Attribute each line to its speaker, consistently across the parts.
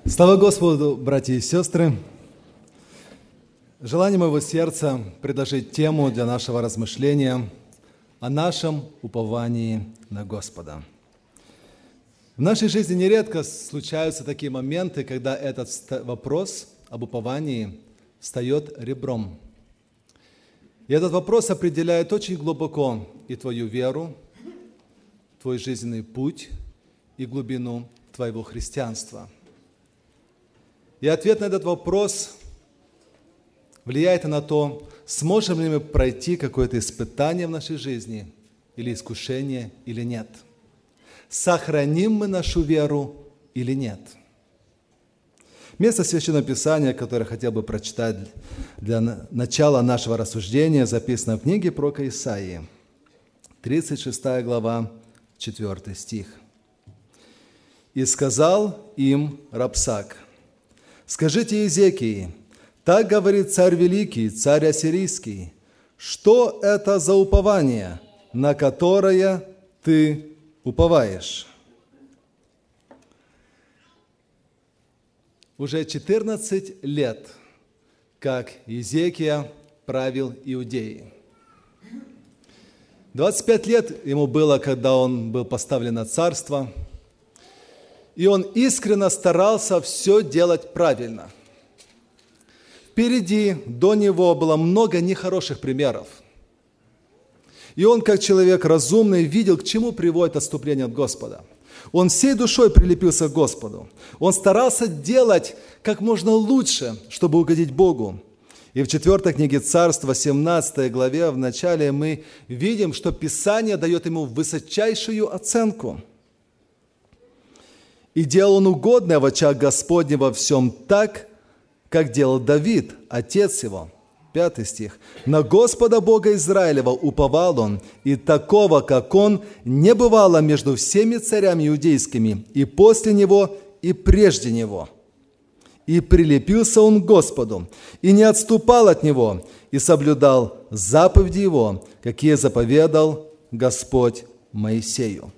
Speaker 1: Слава Господу, братья и сестры! Желание моего сердца предложить тему для нашего размышления о нашем уповании на Господа. В нашей жизни нередко случаются такие моменты, когда этот вопрос об уповании встает ребром. И этот вопрос определяет очень глубоко и твою веру, твой жизненный путь и глубину твоего христианства. И ответ на этот вопрос влияет на то, сможем ли мы пройти какое-то испытание в нашей жизни, или искушение, или нет. Сохраним мы нашу веру или нет. Место Священного Писания, которое я хотел бы прочитать для начала нашего рассуждения, записано в книге пророка Исаии, 36 глава, 4 стих. «И сказал им Рабсак: скажите Иезекии, так говорит царь великий, царь ассирийский, что это за упование, на которое ты уповаешь?» Уже 14 лет, как Иезекия правил Иудеей. 25 лет ему было, когда он был поставлен на царство, и он искренне старался все делать правильно. Впереди, до него было много нехороших примеров. И он, как человек разумный, видел, к чему приводит отступление от Господа. Он всей душой прилепился к Господу. Он старался делать как можно лучше, чтобы угодить Богу. И в 4 книге Царств, 18 главе, в начале мы видим, что Писание дает ему высочайшую оценку. «И делал он угодное в очах Господня во всем так, как делал Давид, отец его». 5 стих. «На Господа Бога Израилева уповал он, и такого, как он, не бывало между всеми царями иудейскими, и после него, и прежде него. И прилепился он к Господу, и не отступал от него, и соблюдал заповеди его, какие заповедал Господь Моисею».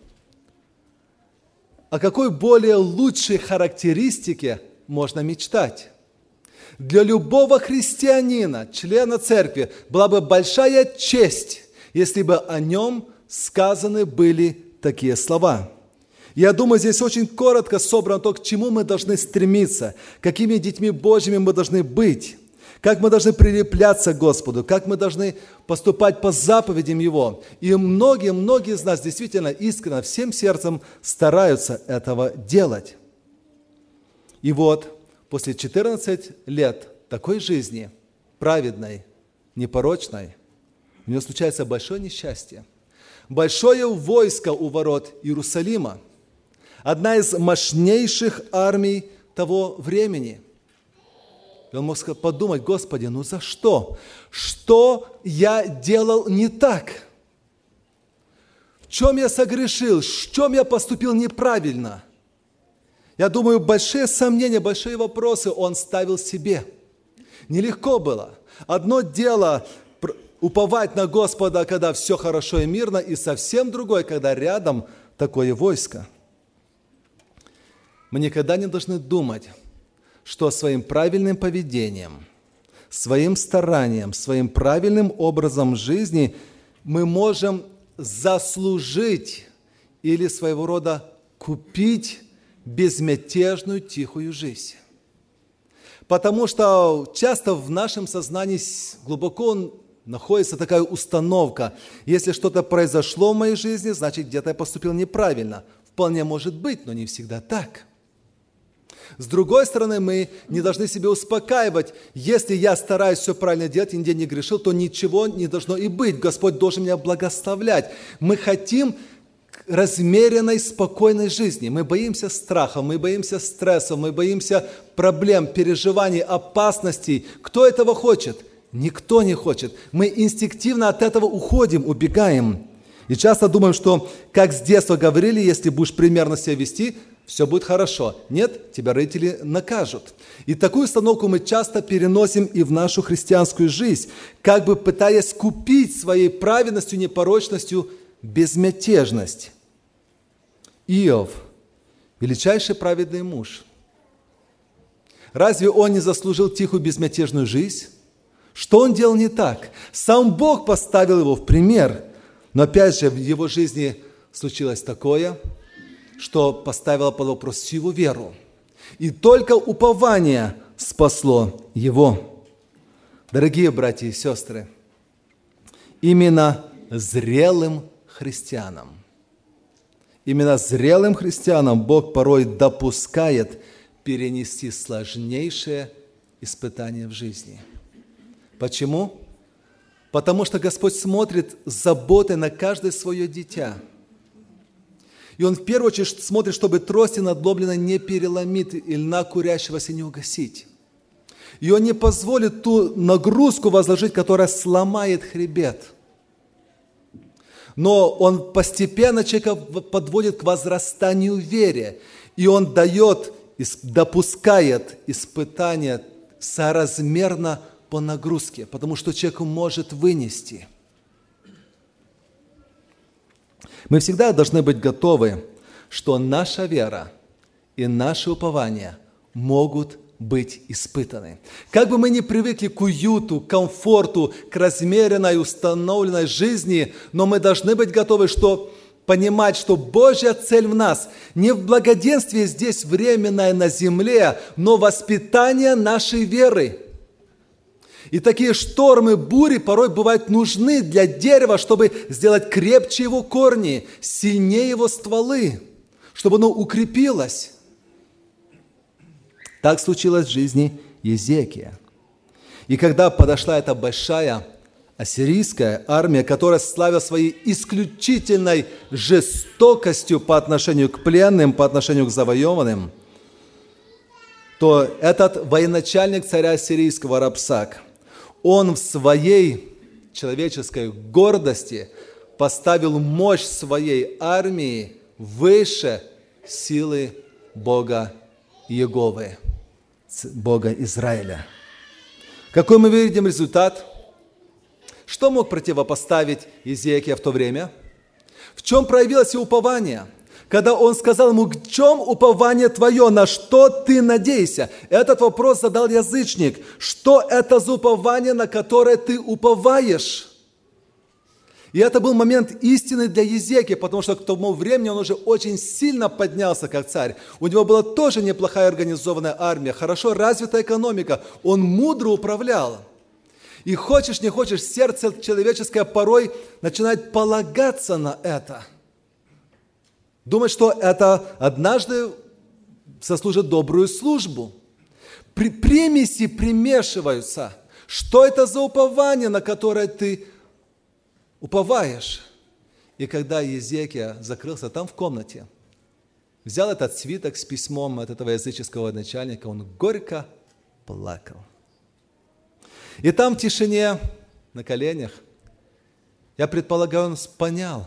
Speaker 1: О какой более лучшей характеристике можно мечтать? Для любого христианина, члена церкви, была бы большая честь, если бы о нем сказаны были такие слова. Я думаю, здесь очень коротко собрано то, к чему мы должны стремиться, какими детьми Божьими мы должны быть, как мы должны прилепляться к Господу, как мы должны поступать по заповедям Его. И многие из нас действительно искренне, всем сердцем стараются этого делать. И вот, после 14 лет такой жизни, праведной, непорочной, у него случается большое несчастье. Большое войско у ворот Иерусалима. Одна из мощнейших армий того времени. И он мог подумать: Господи, ну за что? Что я делал не так? В чем я согрешил? В чем я поступил неправильно? Я думаю, большие сомнения, большие вопросы он ставил себе. Нелегко было. Одно дело уповать на Господа, когда все хорошо и мирно, и совсем другое, когда рядом такое войско. Мы никогда не должны думать, что своим правильным поведением, своим старанием, своим правильным образом жизни мы можем заслужить или своего рода купить безмятежную, тихую жизнь. Потому что часто в нашем сознании глубоко находится такая установка: если что-то произошло в моей жизни, значит, где-то я поступил неправильно. Вполне может быть, но не всегда так. С другой стороны, мы не должны себя успокаивать. Если я стараюсь все правильно делать и нигде не грешил, то ничего не должно и быть. Господь должен меня благословлять. Мы хотим размеренной, спокойной жизни. Мы боимся страхов, мы боимся стрессов, мы боимся проблем, переживаний, опасностей. Кто этого хочет? Никто не хочет. Мы инстинктивно от этого уходим, убегаем. И часто думаем, что, как с детства говорили, если будешь примерно себя вести, все будет хорошо. Нет, тебя родители накажут. И такую установку мы часто переносим и в нашу христианскую жизнь, как бы пытаясь купить своей праведностью, непорочностью безмятежность. Иов, величайший праведный муж, Разве он не заслужил тихую безмятежную жизнь? Что он делал не так? Сам Бог поставил его в пример. Но опять же, в его жизни случилось такое, что поставило под вопрос всю его веру. И только упование спасло его. Дорогие братья и сестры, именно зрелым христианам Бог порой допускает перенести сложнейшие испытания в жизни. Почему? Потому что Господь смотрит с заботой на каждое свое дитя. И Он в первую очередь смотрит, чтобы трости надломленной не переломить и льна курящегося не угасить. И Он не позволит ту нагрузку возложить, которая сломает хребет. Но Он постепенно человека подводит к возрастанию в вере. И Он допускает испытания соразмерно по нагрузке, потому что человек может вынести. Мы всегда должны быть готовы, что наша вера и наше упование могут быть испытаны. Как бы мы ни привыкли к уюту, к комфорту, к размеренной, установленной жизни, но мы должны быть готовы, понимать, что Божья цель в нас не в благоденствии здесь временное на земле, но воспитание нашей веры. И такие штормы, бури порой бывают нужны для дерева, чтобы сделать крепче его корни, сильнее его стволы, чтобы оно укрепилось. Так случилось в жизни Езекия. И когда подошла эта большая ассирийская армия, которая славилась своей исключительной жестокостью по отношению к пленным, по отношению к завоеванным, то этот военачальник царя ассирийского Рапсак, он в своей человеческой гордости поставил мощь своей армии выше силы Бога Иеговы, Бога Израиля. Какой мы видим результат? Что мог противопоставить Езекия в то время? В чем проявилось его упование? Когда он сказал ему, в чем упование твое, на что ты надейся? Этот вопрос задал язычник. Что это за упование, на которое ты уповаешь? И это был момент истины для Езекия, потому что к тому времени он уже очень сильно поднялся как царь. У него была тоже неплохая организованная армия, хорошо развитая экономика. Он мудро управлял. И хочешь, не хочешь, сердце человеческое порой начинает полагаться на это. Думать, что это однажды сослужит добрую службу. Примеси примешиваются. Что это за упование, на которое ты уповаешь? И когда Езекия закрылся там в комнате, взял этот свиток с письмом от этого языческого начальника, он горько плакал. И там в тишине, на коленях, я предполагаю, он понял,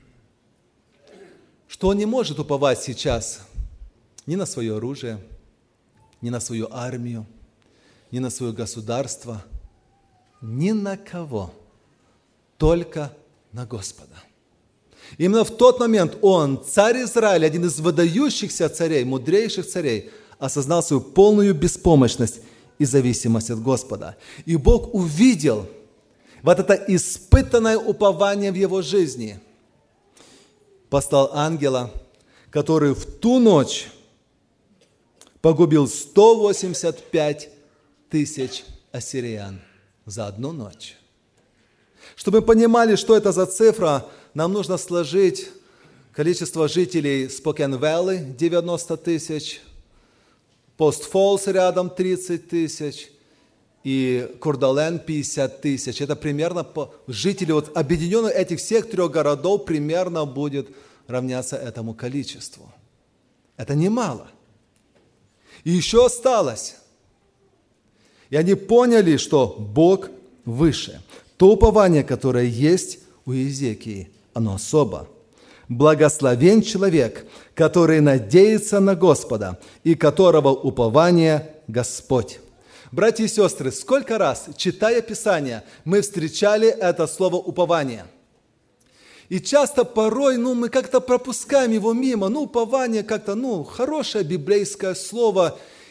Speaker 1: что он не может уповать сейчас ни на свое оружие, ни на свою армию, ни на свое государство, ни на кого, только на Господа. Именно в тот момент он, царь Израиля, один из выдающихся царей, мудрейших царей, осознал свою полную беспомощность и зависимость от Господа. И Бог увидел вот это испытанное упование в его жизни. Послал ангела, который в ту ночь погубил 185 тысяч ассириян за одну ночь. Чтобы мы понимали, что это за цифра, нам нужно сложить количество жителей Спокен-Вэлли 90 тысяч, Пост-Фолс рядом 30 тысяч и Курдален 50 тысяч. Это примерно жители объединенных этих всех трех городов примерно будет равняться этому количеству. Это немало. И еще осталось. И они поняли, что Бог выше. То упование, которое есть у Езекии, оно особо. Благословен человек, который надеется на Господа и которого упование Господь. Братья и сестры, сколько раз, читая Писание, мы встречали это слово упование. И часто порой, мы как-то пропускаем его мимо. Упование как-то, хорошее библейское слово.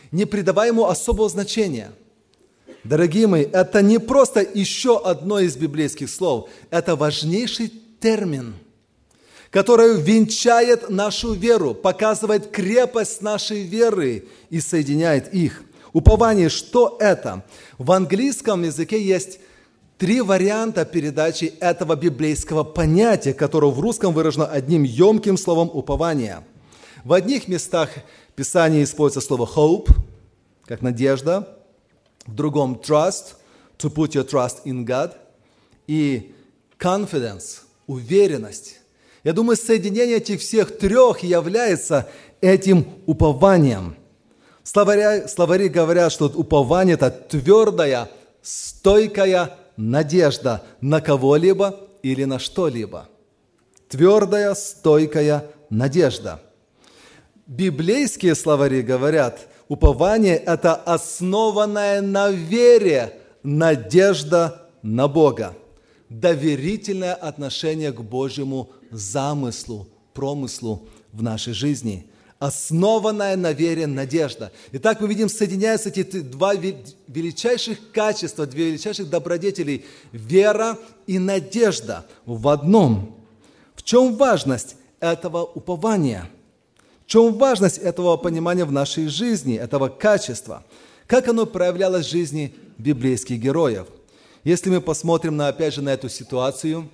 Speaker 1: не придавая ему особого значения. Дорогие мои, это не просто еще одно из библейских слов, это важнейший термин, который венчает нашу веру, показывает крепость нашей веры и соединяет их. Упование, что это? В английском языке есть 3 варианта передачи этого библейского понятия, которое в русском выражено одним емким словом упование. В одних местах Писания используется слово hope, как надежда, в другом trust, to put your trust in God, и confidence, уверенность. Я думаю, соединение этих всех 3 является этим упованием. Словари говорят, что упование – это твердая, стойкая надежда на кого-либо или на что-либо. Твердая, стойкая надежда. Библейские словари говорят, упование – это основанная на вере надежда на Бога. Доверительное отношение к Божьему замыслу, промыслу в нашей жизни. Основанная на вере надежда. Итак, мы видим, соединяются эти 2 величайших качества, 2 величайших добродетелей – вера и надежда в одном. В чем важность этого упования? В чем важность этого понимания в нашей жизни, этого качества? Как оно проявлялось в жизни библейских героев? Если мы посмотрим, опять же, на эту ситуацию,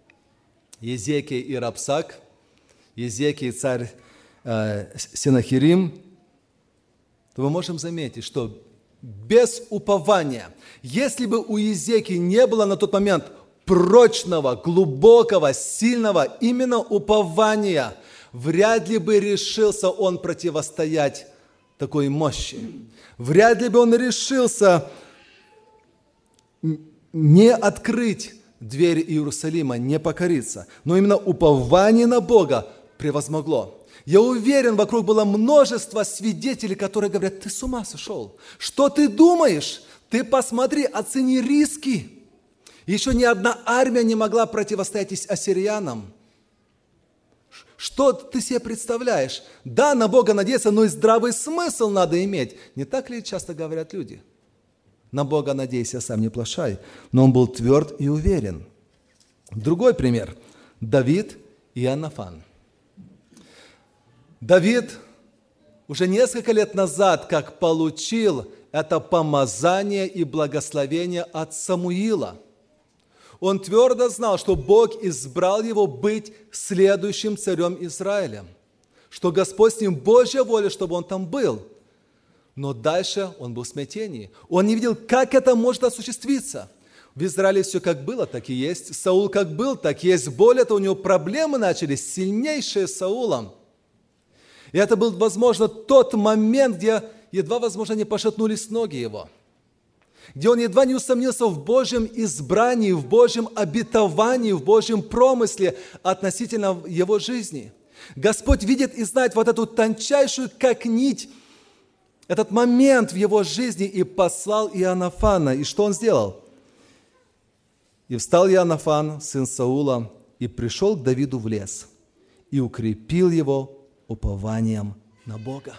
Speaker 1: Езекия и Рапсак, Езекия и царь Сенахерим, то мы можем заметить, что без упования, если бы у Езекии не было на тот момент прочного, глубокого, сильного именно упования, вряд ли бы решился он противостоять такой мощи. Вряд ли бы он решился не открыть дверь Иерусалима, не покориться. Но именно упование на Бога превозмогло. Я уверен, вокруг было множество свидетелей, которые говорят: ты с ума сошел? Что ты думаешь? Ты посмотри, оцени риски. Еще ни одна армия не могла противостоять ассириянам. Что ты себе представляешь? Да, на Бога надеяться, но и здравый смысл надо иметь. Не так ли часто говорят люди? На Бога надейся, сам не плашай. Но он был тверд и уверен. Другой пример. Давид и Иоаннафан. Давид уже несколько лет назад, как получил это помазание и благословение от Самуила, он твердо знал, что Бог избрал его быть следующим царем Израиля, что Господь с ним, Божья воля, чтобы он там был. Но дальше он был в смятении. Он не видел, как это может осуществиться. В Израиле все как было, так и есть. Саул как был, так и есть. Более того, у него проблемы начались, сильнейшие с Саулом. И это был, возможно, тот момент, где едва, возможно, не пошатнулись ноги его. Где он едва не усомнился в Божьем избрании, в Божьем обетовании, в Божьем промысле относительно его жизни. Господь видит и знает вот эту тончайшую, как нить, этот момент в его жизни и послал Иоаннафана. И что он сделал? «И встал Иоаннафан, сын Саула, и пришел к Давиду в лес, и укрепил его упованием на Бога».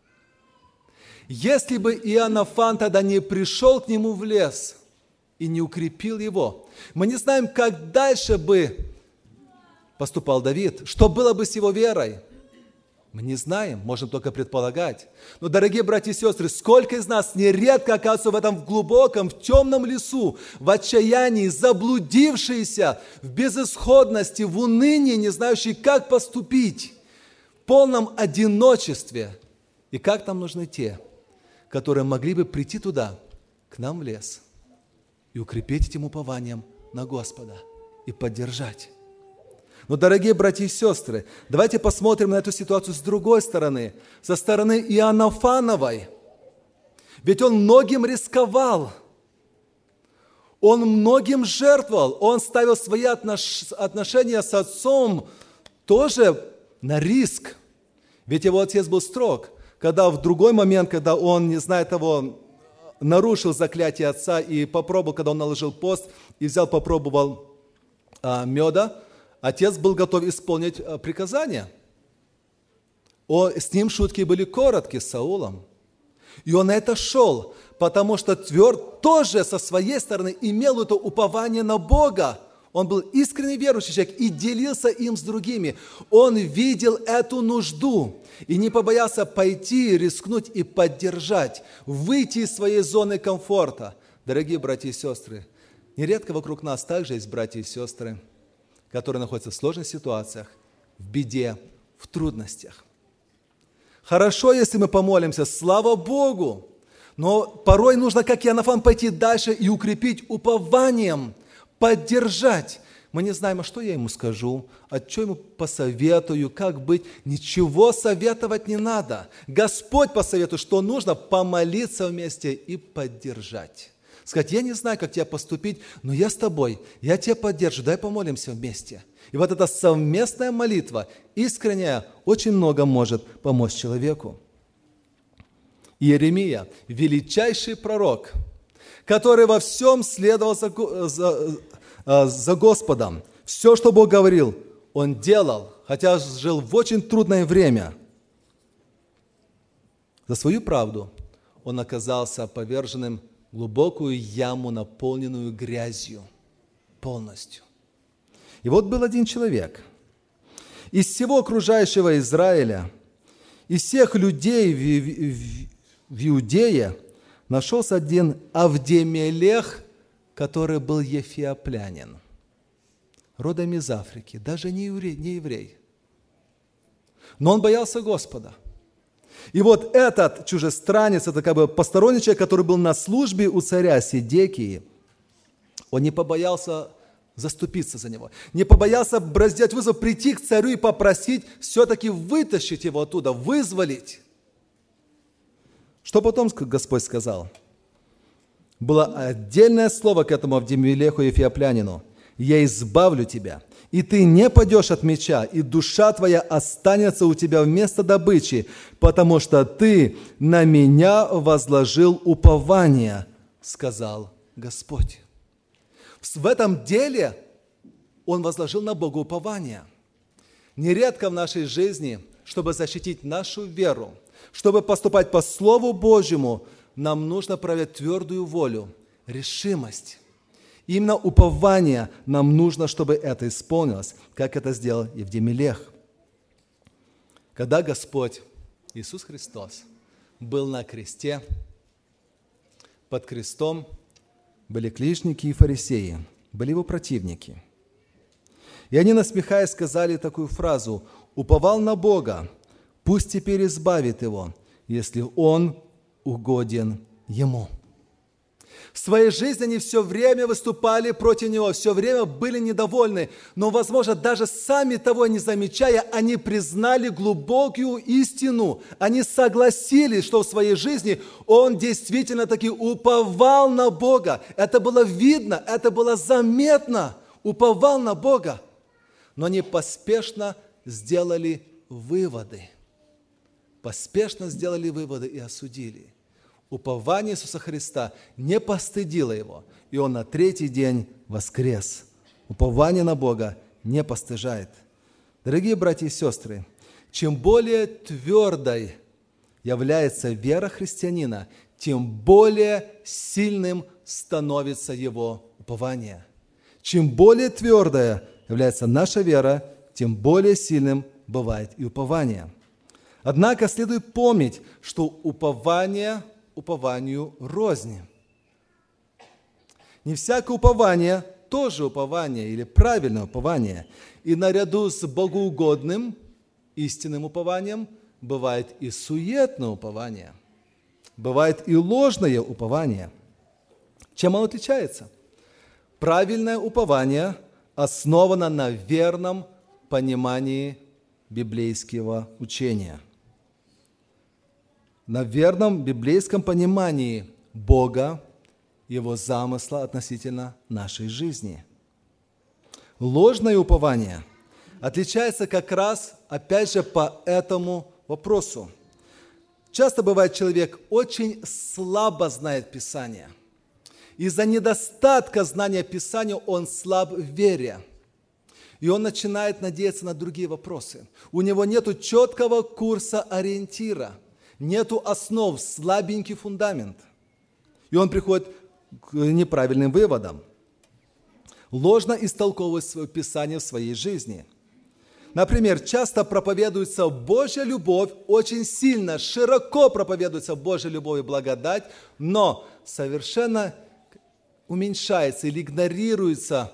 Speaker 1: Если бы Иоаннафан тогда не пришел к нему в лес и не укрепил его, мы не знаем, как дальше бы поступал Давид, что было бы с его верой. Мы не знаем, можем только предполагать. Но, дорогие братья и сестры, сколько из нас нередко оказываются в этом глубоком, в темном лесу, в отчаянии, заблудившиеся, в безысходности, в унынии, не знающие, как поступить, в полном одиночестве. И как нам нужны те, которые могли бы прийти туда, к нам в лес, и укрепить этим упованием на Господа, и поддержать. Но, дорогие братья и сестры, давайте посмотрим на эту ситуацию с другой стороны, со стороны Иоаннафановой. Ведь он многим рисковал, он многим жертвовал, он ставил свои отношения с отцом тоже на риск. Ведь его отец был строг. Когда в другой момент, когда он, не зная того, нарушил заклятие отца и попробовал, когда он наложил пост и попробовал меда, отец был готов исполнить приказание. С ним шутки были короткие, с Саулом. И он на это шел, потому что тоже со своей стороны имел это упование на Бога. Он был искренне верующий человек и делился им с другими. Он видел эту нужду и не побоялся пойти, рискнуть и поддержать, выйти из своей зоны комфорта. Дорогие братья и сестры, нередко вокруг нас также есть братья и сестры, которые находятся в сложных ситуациях, в беде, в трудностях. Хорошо, если мы помолимся, слава Богу, но порой нужно, как Иоаннафан, пойти дальше и укрепить упованием, поддержать. Мы не знаем, а что я ему скажу, о чем ему посоветую, как быть. Ничего советовать не надо. Господь посоветует, что нужно помолиться вместе и поддержать. Сказать, я не знаю, как тебе поступить, но я с тобой, я тебя поддержу, дай помолимся вместе. И вот эта совместная молитва, искренняя, очень много может помочь человеку. Иеремия, величайший пророк, который во всем следовал за Господом. Все, что Бог говорил, он делал, хотя жил в очень трудное время. За свою правду он оказался поверженным в глубокую яму, наполненную грязью полностью. И вот был один человек. Из всего окружающего Израиля, из всех людей в Иудее, нашелся один Авдемелех, который был эфиоплянин, родом из Африки, даже не еврей. Но он боялся Господа. И вот этот чужестранец, это как бы посторонний человек, который был на службе у царя Седекии, он не побоялся заступиться за него, не побоялся сделать вызов, прийти к царю и попросить все-таки вытащить его оттуда, вызволить. Что потом Господь сказал? Было отдельное слово к этому Авдемелеху эфиоплянину. «Я избавлю тебя, и ты не падешь от меча, и душа твоя останется у тебя вместо добычи, потому что ты на меня возложил упование», сказал Господь. В этом деле он возложил на Бога упование. Нередко в нашей жизни, чтобы защитить нашу веру, чтобы поступать по Слову Божьему, нам нужно проявить твердую волю, решимость. Именно упование нам нужно, чтобы это исполнилось, как это сделал Авдемелех. Когда Господь Иисус Христос был на кресте, под крестом были книжники и фарисеи, были его противники. И они, насмехаясь, сказали такую фразу: «Уповал на Бога, пусть теперь избавит его, если он угоден ему». В своей жизни они все время выступали против него, все время были недовольны, но, возможно, даже сами того не замечая, они признали глубокую истину. Они согласились, что в своей жизни он действительно таки уповал на Бога. Это было видно, это было заметно. Уповал на Бога. Но они поспешно сделали выводы. Поспешно сделали выводы и осудили. Упование Иисуса Христа не постыдило его, и он на третий день воскрес. Упование на Бога не постыжает. Дорогие братья и сестры, чем более твердой является вера христианина, тем более сильным становится его упование. Чем более твердая является наша вера, тем более сильным бывает и упование. Однако следует помнить, что упование упованию рознь. Не всякое упование тоже упование или правильное упование. И наряду с богоугодным, истинным упованием бывает и суетное упование. Бывает и ложное упование. Чем оно отличается? Правильное упование основано на верном понимании библейского учения. На верном библейском понимании Бога, Его замысла относительно нашей жизни. Ложное упование отличается как раз, опять же, по этому вопросу. Часто бывает, человек очень слабо знает Писание. Из-за недостатка знания Писания он слаб в вере. И он начинает надеяться на другие вопросы. У него нет четкого курса ориентира. нету основ, слабенький фундамент. И он приходит к неправильным выводам. Ложно истолковывает свое Писание в своей жизни. Например, часто проповедуется Божья любовь, очень сильно, широко проповедуется Божья любовь и благодать, но совершенно уменьшается или игнорируется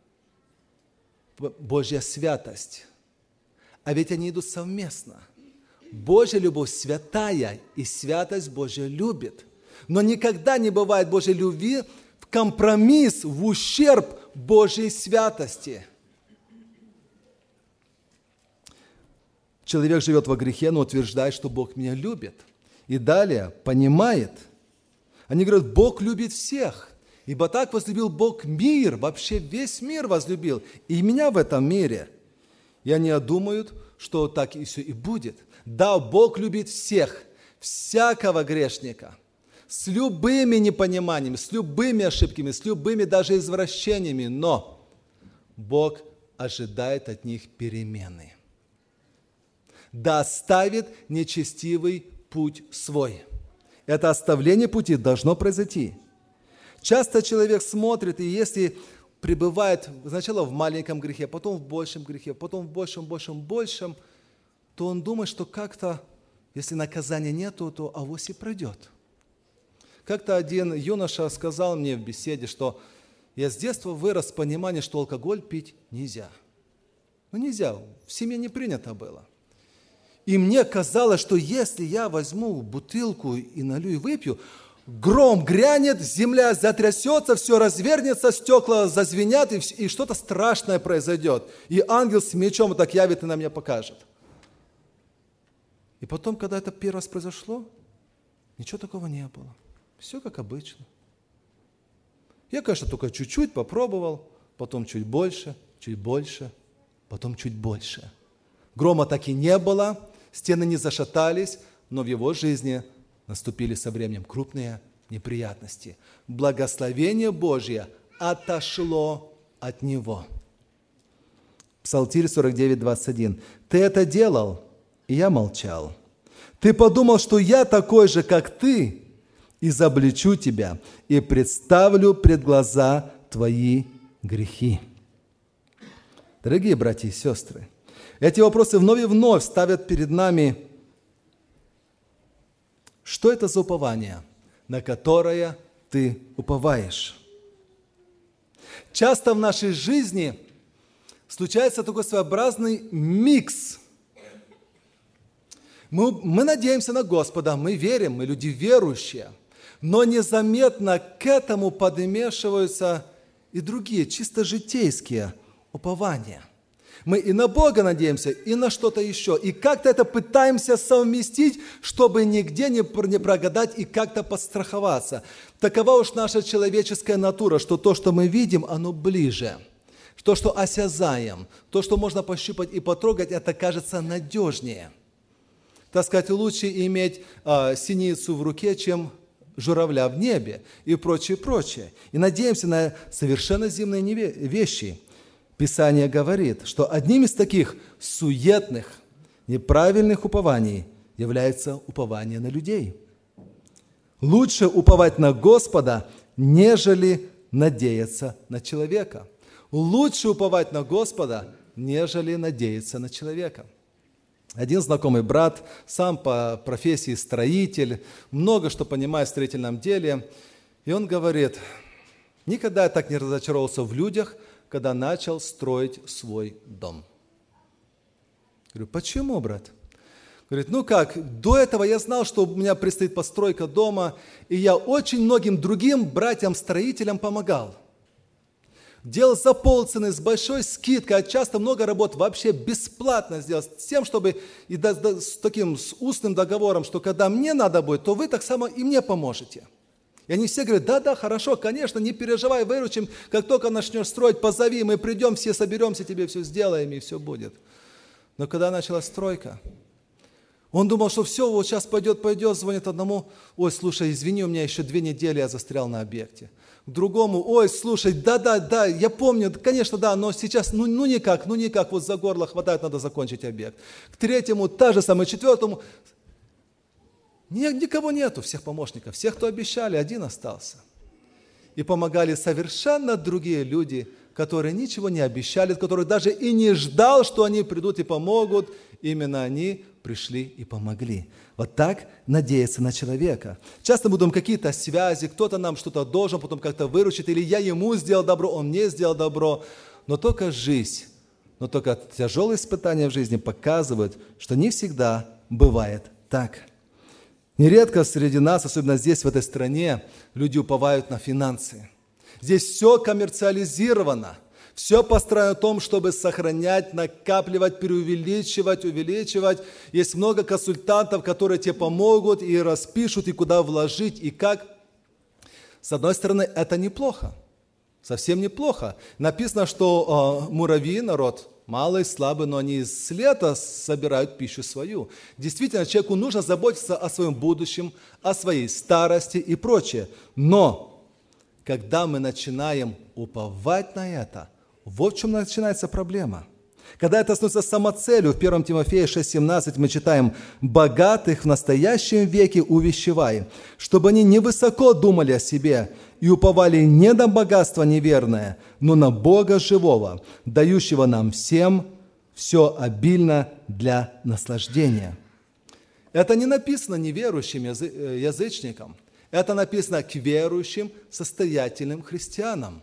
Speaker 1: Божья святость. А ведь они идут совместно. Божья любовь святая, и святость Божья любит. Но никогда не бывает Божьей любви в компромисс, в ущерб Божьей святости. Человек живет во грехе, но утверждает, что Бог меня любит. И далее понимает. Они говорят, Бог любит всех. Ибо так возлюбил Бог мир, вообще весь мир возлюбил. И меня в этом мире. И они думают, что так и все и будет. Да, Бог любит всех, всякого грешника. С любыми непониманиями, с любыми ошибками, с любыми даже извращениями. Но Бог ожидает от них перемены. Да оставит нечестивый путь свой. Это оставление пути должно произойти. Часто человек смотрит, и если пребывает сначала в маленьком грехе, потом в большем грехе, потом в большем, то он думает, что как-то, если наказания нету, то авось и пройдет. Как-то один юноша сказал мне в беседе, что я с детства вырос в понимании, что алкоголь пить нельзя. Ну нельзя, в семье не принято было. И мне казалось, что если я возьму бутылку и налью и выпью, гром грянет, земля затрясется, все развернется, стекла зазвенят, и что-то страшное произойдет. И ангел с мечом так явит и на меня покажет. И потом, когда это первый раз произошло, ничего такого не было. Все как обычно. Я, конечно, только чуть-чуть попробовал, потом чуть больше, потом чуть больше. Грома так и не было, стены не зашатались, но в его жизни наступили со временем крупные неприятности. Благословение Божье отошло от него. Псалтирь 49, 21. «Ты это делал, и я молчал. Ты подумал, что я такой же, как ты, изобличу тебя и представлю пред глаза твои грехи». Дорогие братья и сестры, эти вопросы вновь и вновь ставят перед нами, что это за упование, на которое ты уповаешь. Часто в нашей жизни случается такой своеобразный микс. Мы надеемся на Господа, мы верим, мы люди верующие, но незаметно к этому подмешиваются и другие, чисто житейские упования. Мы и на Бога надеемся, и на что-то еще. И как-то это пытаемся совместить, чтобы нигде не прогадать и как-то подстраховаться. Такова уж наша человеческая натура, что то, что мы видим, оно ближе. То, что осязаем, то, что можно пощупать и потрогать, это кажется надежнее. Так сказать, лучше иметь синицу в руке, чем журавля в небе и прочее, прочее. И надеемся на совершенно земные вещи. Писание говорит, что одним из таких суетных, неправильных упований является упование на людей. Лучше уповать на Господа, нежели надеяться на человека. Лучше уповать на Господа, нежели надеяться на человека. Один знакомый брат, сам по профессии строитель, много что понимает в строительном деле, и он говорит, никогда я так не разочаровался в людях, когда начал строить свой дом. Говорю, почему, брат? Говорит, ну как, до этого я знал, что у меня предстоит постройка дома, и я очень многим другим братьям-строителям помогал. Делал за полцены, с большой скидкой, а часто много работ вообще бесплатно сделал, с тем, чтобы и с таким с устным договором, что когда мне надо будет, то вы так само и мне поможете. И они все говорят, да, хорошо, конечно, не переживай, выручим, как только начнешь строить, позови, мы придем, все соберемся, тебе все сделаем, и все будет. Но когда началась стройка, он думал, что все, вот сейчас пойдет, звонит одному, ой, слушай, извини, у меня еще 2 недели, я застрял на объекте. К другому, ой, слушай, да, я помню, конечно, да, но сейчас, ну никак, вот за горло хватает, надо закончить объект. К третьему, та же самая, 4-му, Никого нету, всех помощников. Всех, кто обещали, один остался. И помогали совершенно другие люди, которые ничего не обещали, которых даже и не ждал, что они придут и помогут. Именно они пришли и помогли. Вот так надеяться на человека. Часто мы думаем, какие-то связи, кто-то нам что-то должен, потом как-то выручит, или я ему сделал добро, он мне сделал добро. Но только жизнь, но только тяжелые испытания в жизни показывают, что не всегда бывает так. Нередко среди нас, особенно здесь, в этой стране, люди уповают на финансы. Здесь все коммерциализировано, все построено на том, чтобы сохранять, накапливать, преувеличивать, увеличивать. Есть много консультантов, которые тебе помогут и распишут, и куда вложить, и как. С одной стороны, это неплохо, совсем неплохо. Написано, что муравьи, народ, малый, слабый, но они с лета собирают пищу свою. Действительно, человеку нужно заботиться о своем будущем, о своей старости и прочее. Но, когда мы начинаем уповать на это, вот в чем начинается проблема. Когда это становится самоцелью, в 1 Тимофея 6,17 мы читаем: «Богатых в настоящем веке увещевай, чтобы они невысоко думали о себе и уповали не на богатство неверное, но на Бога живого, дающего нам всем все обильно для наслаждения». Это не написано неверующим язычникам, это написано к верующим, состоятельным христианам.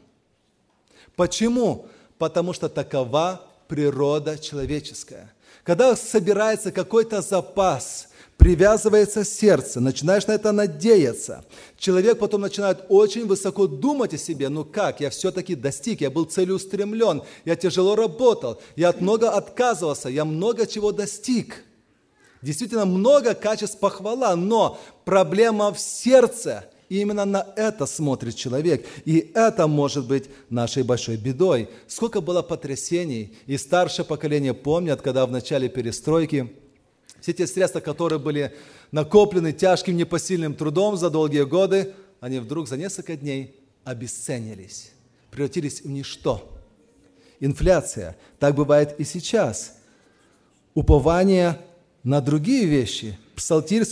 Speaker 1: Почему? Потому что такова природа человеческая. Когда собирается какой-то запас, привязывается сердце, начинаешь на это надеяться, человек потом начинает очень высоко думать о себе. Ну как, я все-таки достиг, я был целеустремлен, я тяжело работал, я от много отказывался, я много чего достиг. Действительно, много качеств похвала, но проблема в сердце. И именно на это смотрит человек. И это может быть нашей большой бедой. Сколько было потрясений. И старшее поколение помнят, когда в начале перестройки все те средства, которые были накоплены тяжким непосильным трудом за долгие годы, они вдруг за несколько дней обесценились, превратились в ничто. Инфляция. Так бывает и сейчас. Упование на другие вещи. Псалтирь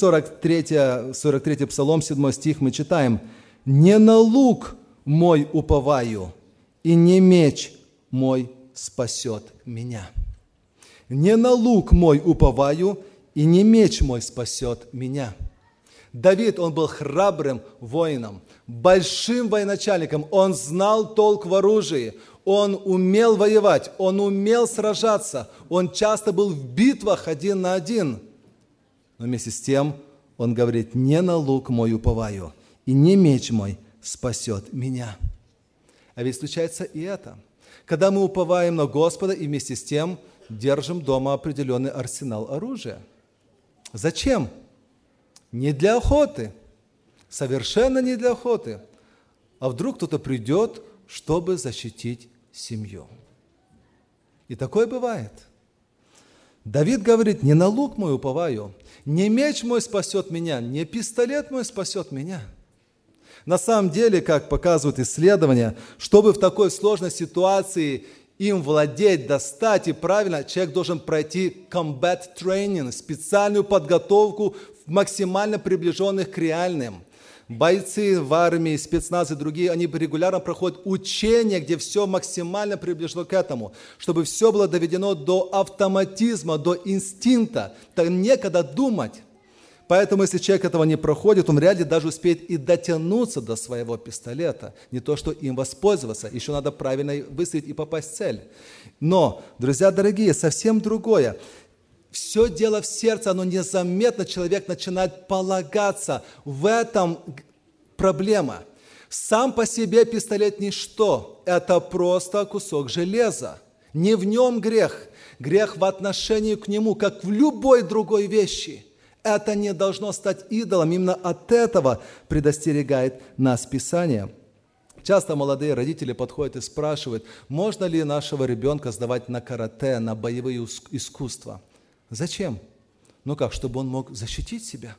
Speaker 1: 43 Псалом, 7 стих мы читаем: «Не на лук мой уповаю, и не меч мой спасет меня». «Не на лук мой уповаю, и не меч мой спасет меня». Давид, он был храбрым воином, большим военачальником, он знал толк в оружии, он умел воевать, он умел сражаться, он часто был в битвах один на один. Но вместе с тем он говорит: «Не на лук мой уповаю, и не меч мой спасет меня». А ведь случается и это. Когда мы уповаем на Господа и вместе с тем держим дома определенный арсенал оружия. Зачем? Не для охоты. Совершенно не для охоты. А вдруг кто-то придет, чтобы защитить семью. И такое бывает. Давид говорит: «Не на лук мой уповаю, не меч мой спасет меня, не пистолет мой спасет меня». На самом деле, как показывают исследования, чтобы в такой сложной ситуации им владеть, достать и правильно, человек должен пройти combat training, специальную подготовку, максимально приближенных к реальным. Бойцы в армии, спецназ и другие, они регулярно проходят учения, где все максимально приближено к этому, чтобы все было доведено до автоматизма, до инстинкта. Там некогда думать. Поэтому, если человек этого не проходит, он вряд ли даже успеет и дотянуться до своего пистолета. Не то, что им воспользоваться. Еще надо правильно выстрелить и попасть в цель. Но, друзья дорогие, совсем другое. Все дело в сердце, оно незаметно, человек начинает полагаться. В этом проблема. Сам по себе пистолет ничто. Это просто кусок железа. Не в нем грех. Грех в отношении к нему, как в любой другой вещи. Это не должно стать идолом. Именно от этого предостерегает нас Писание. Часто молодые родители подходят и спрашивают, можно ли нашего ребенка сдавать на карате, на боевые искусства. Зачем? Ну как, чтобы он мог защитить себя.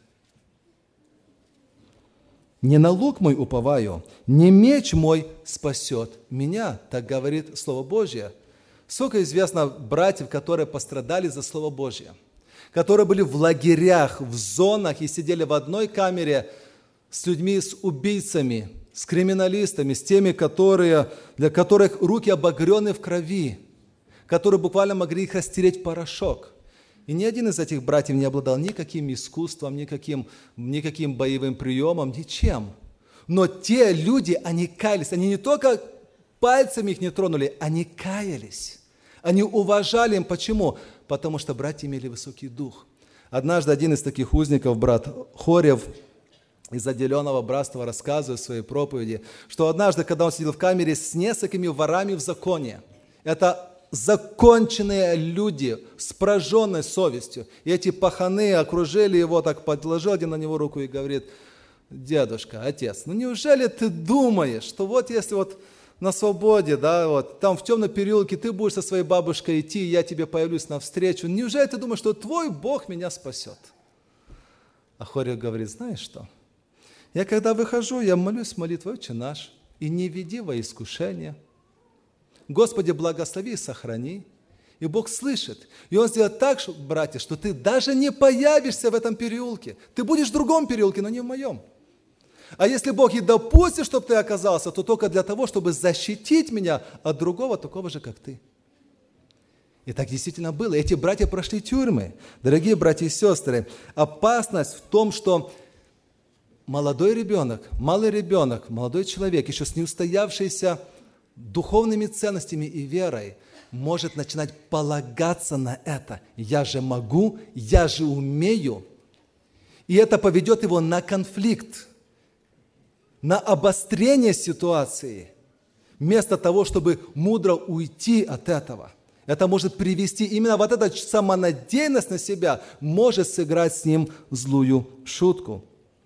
Speaker 1: «Не на лук мой уповаю, не меч мой спасет меня», так говорит Слово Божье. Сколько известно братьев, которые пострадали за Слово Божье, которые были в лагерях, в зонах и сидели в одной камере с людьми, с убийцами, с криминалистами, с теми, для которых руки обогрены в крови, которые буквально могли их растереть в порошок. И ни один из этих братьев не обладал никаким искусством, никаким боевым приемом, ничем. Но те люди, они каялись, они не только пальцами их не тронули, они каялись. Они уважали им. Почему? Потому что братья имели высокий дух. Однажды один из таких узников, брат Хорев, из отделенного братства, рассказывает в своей проповеди, что однажды, когда он сидел в камере с несколькими ворами в законе, это законченные люди с прожженной совестью, и эти паханы окружили его, так подложил один на него руку и говорит: дедушка, отец, ну неужели ты думаешь, что вот если вот на свободе, да, вот там в темном переулке ты будешь со своей бабушкой идти, и я тебе появлюсь навстречу, неужели ты думаешь, что твой Бог меня спасет? А Хорев говорит: знаешь что? Я когда выхожу, я молюсь молитвой «Отче наш», и не веди во искушение. Господи, благослови и сохрани. И Бог слышит. И Он сделает так, братья, что ты даже не появишься в этом переулке. Ты будешь в другом переулке, но не в моем. А если Бог и допустит, чтобы ты оказался, то только для того, чтобы защитить меня от другого, такого же, как ты. И так действительно было. Эти братья прошли тюрьмы. Дорогие братья и сестры, опасность в том, что молодой ребенок, молодой человек, еще с неустоявшейся духовными ценностями и верой, может начинать полагаться на это. Я же могу, я же умею. И это поведет его на конфликт, на обострение ситуации, вместо того, чтобы мудро уйти от этого. Это может привести, именно вот эта самонадеянность на себя может сыграть с ним злую шутку.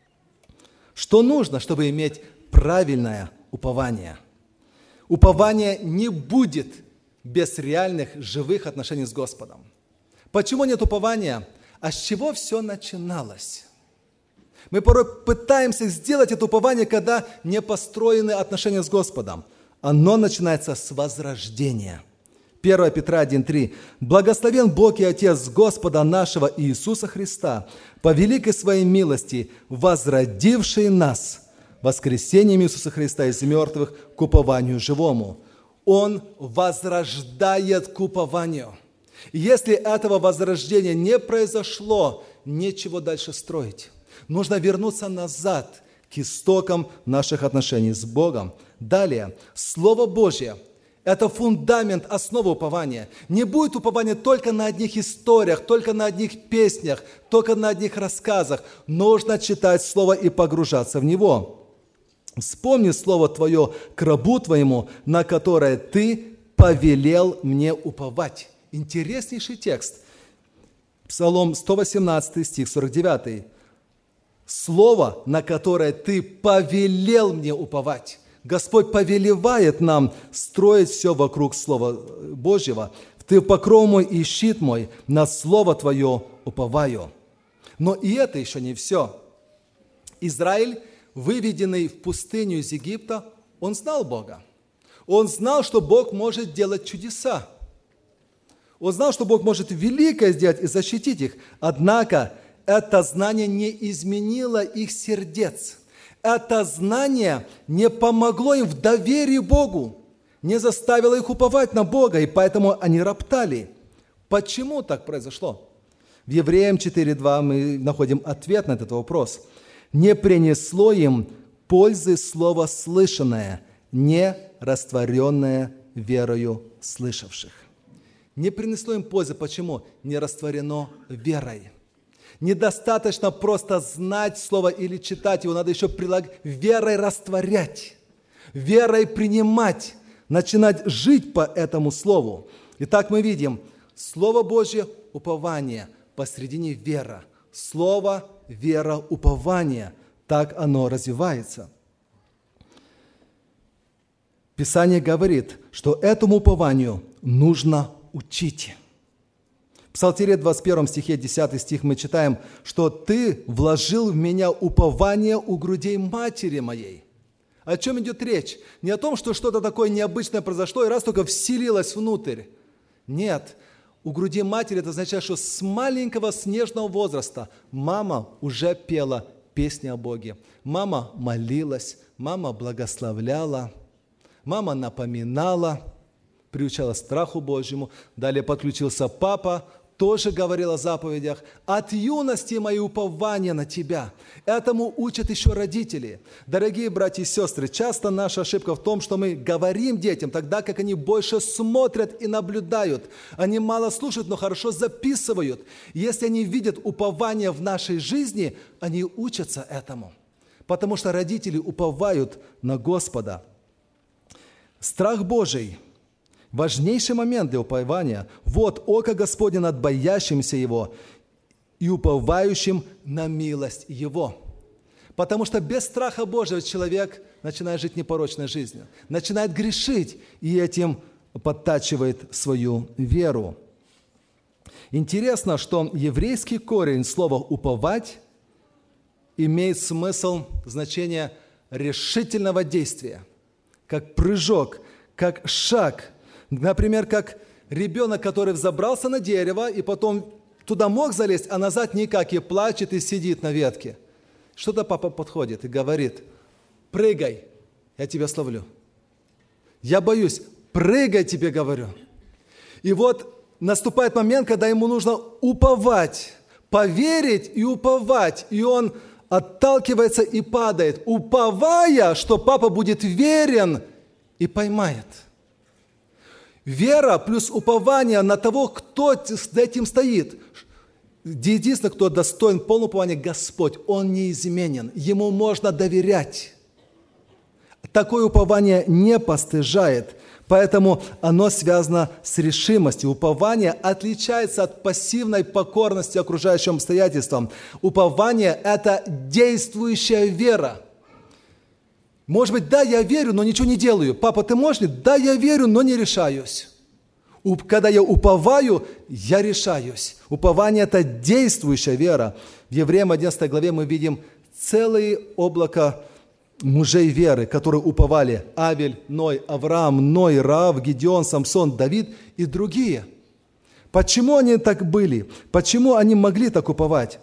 Speaker 1: Что нужно, чтобы иметь правильное упование? Упование не будет без реальных, живых отношений с Господом. Почему нет упования? А с чего все начиналось? Мы порой пытаемся сделать это упование, когда не построены отношения с Господом. Оно начинается с возрождения. 1 Петра 1:3. «Благословен Бог и Отец Господа нашего Иисуса Христа, по великой своей милости, возродивший нас воскресением Иисуса Христа из мертвых к упованию живому». Он возрождает к упованию. И если этого возрождения не произошло, нечего дальше строить. Нужно вернуться назад к истокам наших отношений с Богом. Далее, Слово Божье – это фундамент, основа упования. Не будет упования только на одних историях, только на одних песнях, только на одних рассказах. Нужно читать Слово и погружаться в него. Вспомни Слово Твое к рабу Твоему, на которое Ты повелел мне уповать. Интереснейший текст. Псалом 118, стих 49. Слово, на которое Ты повелел мне уповать. Господь повелевает нам строить все вокруг Слова Божьего. Ты покров мой и щит мой, на Слово Твое уповаю. Но и это еще не все. Израиль, выведенный в пустыню из Египта, он знал Бога. Он знал, что Бог может делать чудеса. Он знал, что Бог может великое сделать и защитить их. Однако это знание не изменило их сердец. Это знание не помогло им в доверии Богу, не заставило их уповать на Бога, и поэтому они роптали. Почему так произошло? В Евреям 4:2 мы находим ответ на этот вопрос. «Не принесло им пользы слово слышанное, не растворенное верою слышавших». Не принесло им пользы. Почему? Не растворено верой. Недостаточно просто знать слово или читать его, надо еще верой растворять, верой принимать, начинать жить по этому слову. Итак, мы видим, Слово Божье – упование, посредине вера. Слово, вера, упование. Так оно развивается. Писание говорит, что этому упованию нужно учить. В Псалтире 21 стихе, 10 стих мы читаем, что «Ты вложил в меня упование у грудей матери моей». О чем идет речь? Не о том, что что-то такое необычное произошло и раз только вселилось внутрь. Нет, у груди матери, это означает, что с маленького снежного возраста мама уже пела песни о Боге. Мама молилась, мама благословляла, мама напоминала, приучала страху Божьему. Далее подключился папа, тоже говорил о заповедях. От юности мои упования на Тебя. Этому учат еще родители. Дорогие братья и сестры, часто наша ошибка в том, что мы говорим детям, тогда как они больше смотрят и наблюдают. Они мало слушают, но хорошо записывают. Если они видят упование в нашей жизни, они учатся этому. Потому что родители уповают на Господа. Страх Божий – важнейший момент для упования. Вот око Господне над боящимся Его и уповающим на милость Его. Потому что без страха Божьего человек начинает жить непорочной жизнью, начинает грешить и этим подтачивает свою веру. Интересно, что еврейский корень слова «уповать» имеет смысл, значение решительного действия, как прыжок, как шаг. Например, как ребенок, который взобрался на дерево, и потом туда мог залезть, а назад никак, и плачет, и сидит на ветке. Что-то папа подходит и говорит: прыгай, я тебя словлю. Я боюсь, прыгай, тебе говорю. И вот наступает момент, когда ему нужно уповать, поверить и уповать, и он отталкивается и падает, уповая, что папа будет верен и поймает. Вера плюс упование на того, кто за этим стоит. Единственное, кто достоин полного упования, Господь. Он неизменен. Ему можно доверять. Такое упование не постыжает. Поэтому оно связано с решимостью. Упование отличается от пассивной покорности окружающим обстоятельствам. Упование – это действующая вера. Может быть, да, я верю, но ничего не делаю. Папа, ты можешь? Да, я верю, но не решаюсь. Когда я уповаю, я решаюсь. Упование – это действующая вера. В Евреям 11 главе мы видим целое облако мужей веры, которые уповали. Авель, Ной, Авраам, Ной, Раав, Гидеон, Самсон, Давид и другие. Почему они так были? Почему они могли так уповать?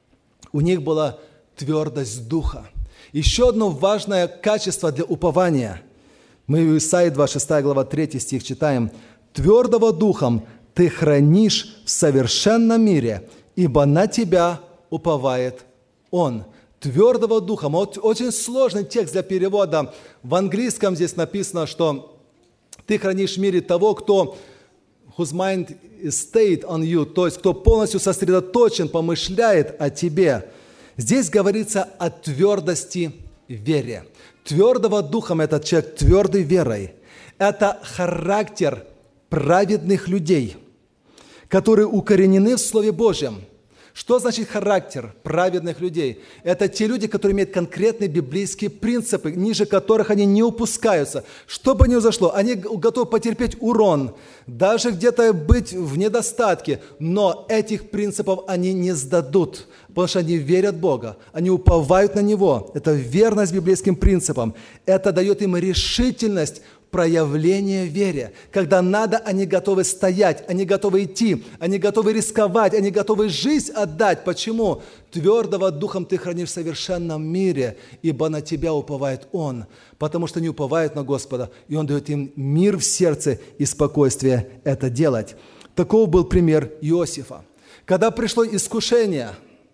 Speaker 1: У них была твердость духа. Еще одно важное качество для упования. Мы в Исаии 26 глава 3 стих читаем. «Твердого духом ты хранишь в совершенном мире, ибо на тебя уповает Он». Твердого духом. Очень сложный текст для перевода. В английском здесь написано, что ты хранишь в мире того, кто whose mind is stayed on you, то есть кто полностью сосредоточен, помышляет о тебе. Здесь говорится о твердости вере. Твердого духом этот человек твердой верой. Это характер праведных людей, которые укоренены в Слове Божьем. Что значит характер праведных людей? Это те люди, которые имеют конкретные библейские принципы, ниже которых они не упускаются. Что бы ни произошло, они готовы потерпеть урон, даже где-то быть в недостатке, но этих принципов они не сдадут, потому что они верят в Бога, они уповают на Него. Это верность библейским принципам. Это дает им решительность, проявление веры. Когда надо, они готовы стоять, они готовы идти, они готовы рисковать, они готовы жизнь отдать. Почему? Твердого духом ты хранишь в совершенном мире, ибо на тебя уповает Он. Потому что они уповают на Господа, и Он дает им мир в сердце и спокойствие это делать. Таков был пример Иосифа. Когда пришло искушение,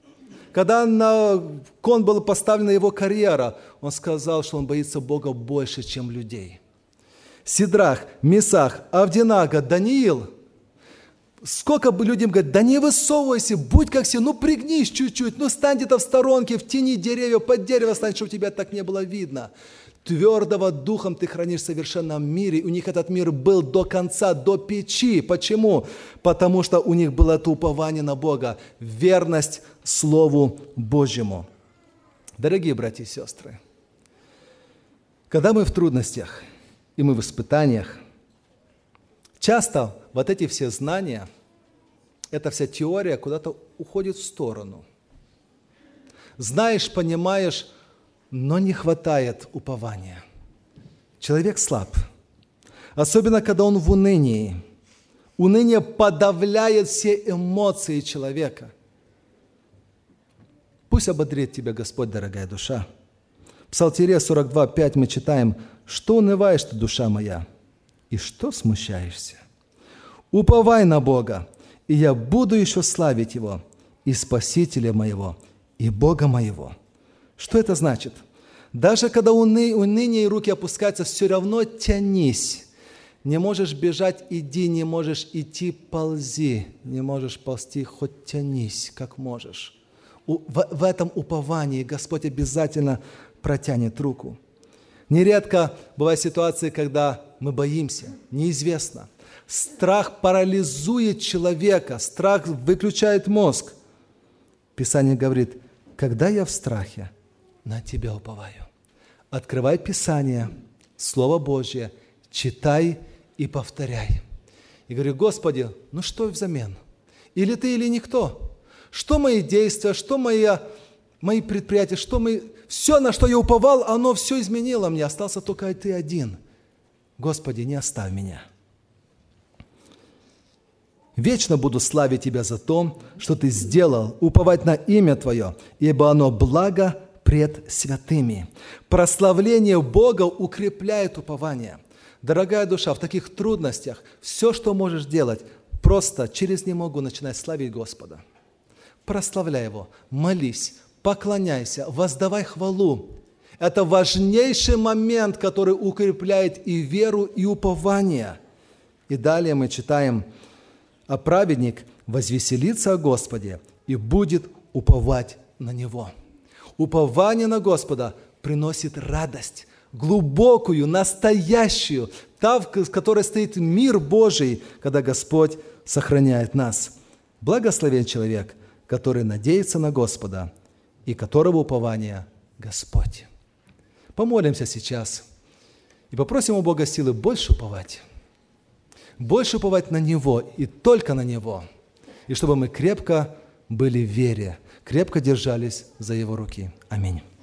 Speaker 1: когда на кон была поставлена его карьера, он сказал, что он боится Бога больше, чем людей. Сидрах, Месах, Авденаго, Даниил. Сколько бы людям говорят: да не высовывайся, будь как все, пригнись чуть-чуть, стань где-то в сторонке, в тени деревьев, под дерево стань, чтобы тебя так не было видно. Твердого духом ты хранишь в совершенном мире. У них этот мир был до конца, до печи. Почему? Потому что у них было это упование на Бога, верность Слову Божьему. Дорогие братья и сестры, когда мы в трудностях, и мы в испытаниях, часто вот эти все знания, эта вся теория куда-то уходит в сторону. Знаешь, понимаешь, но не хватает упования. Человек слаб. Особенно, когда он в унынии. Уныние подавляет все эмоции человека. Пусть ободрит тебя Господь, дорогая душа. В Псалтире 42:5 мы читаем: «Что унываешь ты, душа моя, и что смущаешься? Уповай на Бога, и я буду еще славить Его, и Спасителя моего, и Бога моего». Что это значит? Даже когда уныние и руки опускаются, все равно тянись. Не можешь бежать – иди, не можешь идти – ползи, не можешь ползти – хоть тянись, как можешь. В этом уповании Господь обязательно протянет руку. Нередко бывают ситуации, когда мы боимся, неизвестно. Страх парализует человека, страх выключает мозг. Писание говорит: когда я в страхе, на Тебя уповаю. Открывай Писание, Слово Божье, читай и повторяй. И говорю: Господи, ну что взамен? Или Ты, или никто? Что мои действия, что мои предприятия, все, на что я уповал, оно все изменило мне. Остался только Ты один. Господи, не оставь меня. Вечно буду славить Тебя за то, что Ты сделал, уповать на имя Твое, ибо оно благо пред святыми. Прославление Бога укрепляет упование. Дорогая душа, в таких трудностях все, что можешь делать, просто через «не могу» начинай славить Господа. Прославляй Его, молись, поклоняйся, воздавай хвалу. Это важнейший момент, который укрепляет и веру, и упование. И далее мы читаем: «А праведник возвеселится о Господе и будет уповать на Него». Упование на Господа приносит радость, глубокую, настоящую, та, в которой стоит мир Божий, когда Господь сохраняет нас. Благословен человек, который надеется на Господа и которого упование Господь. Помолимся сейчас и попросим у Бога силы больше уповать на Него и только на Него, и чтобы мы крепко были в вере, крепко держались за Его руки. Аминь.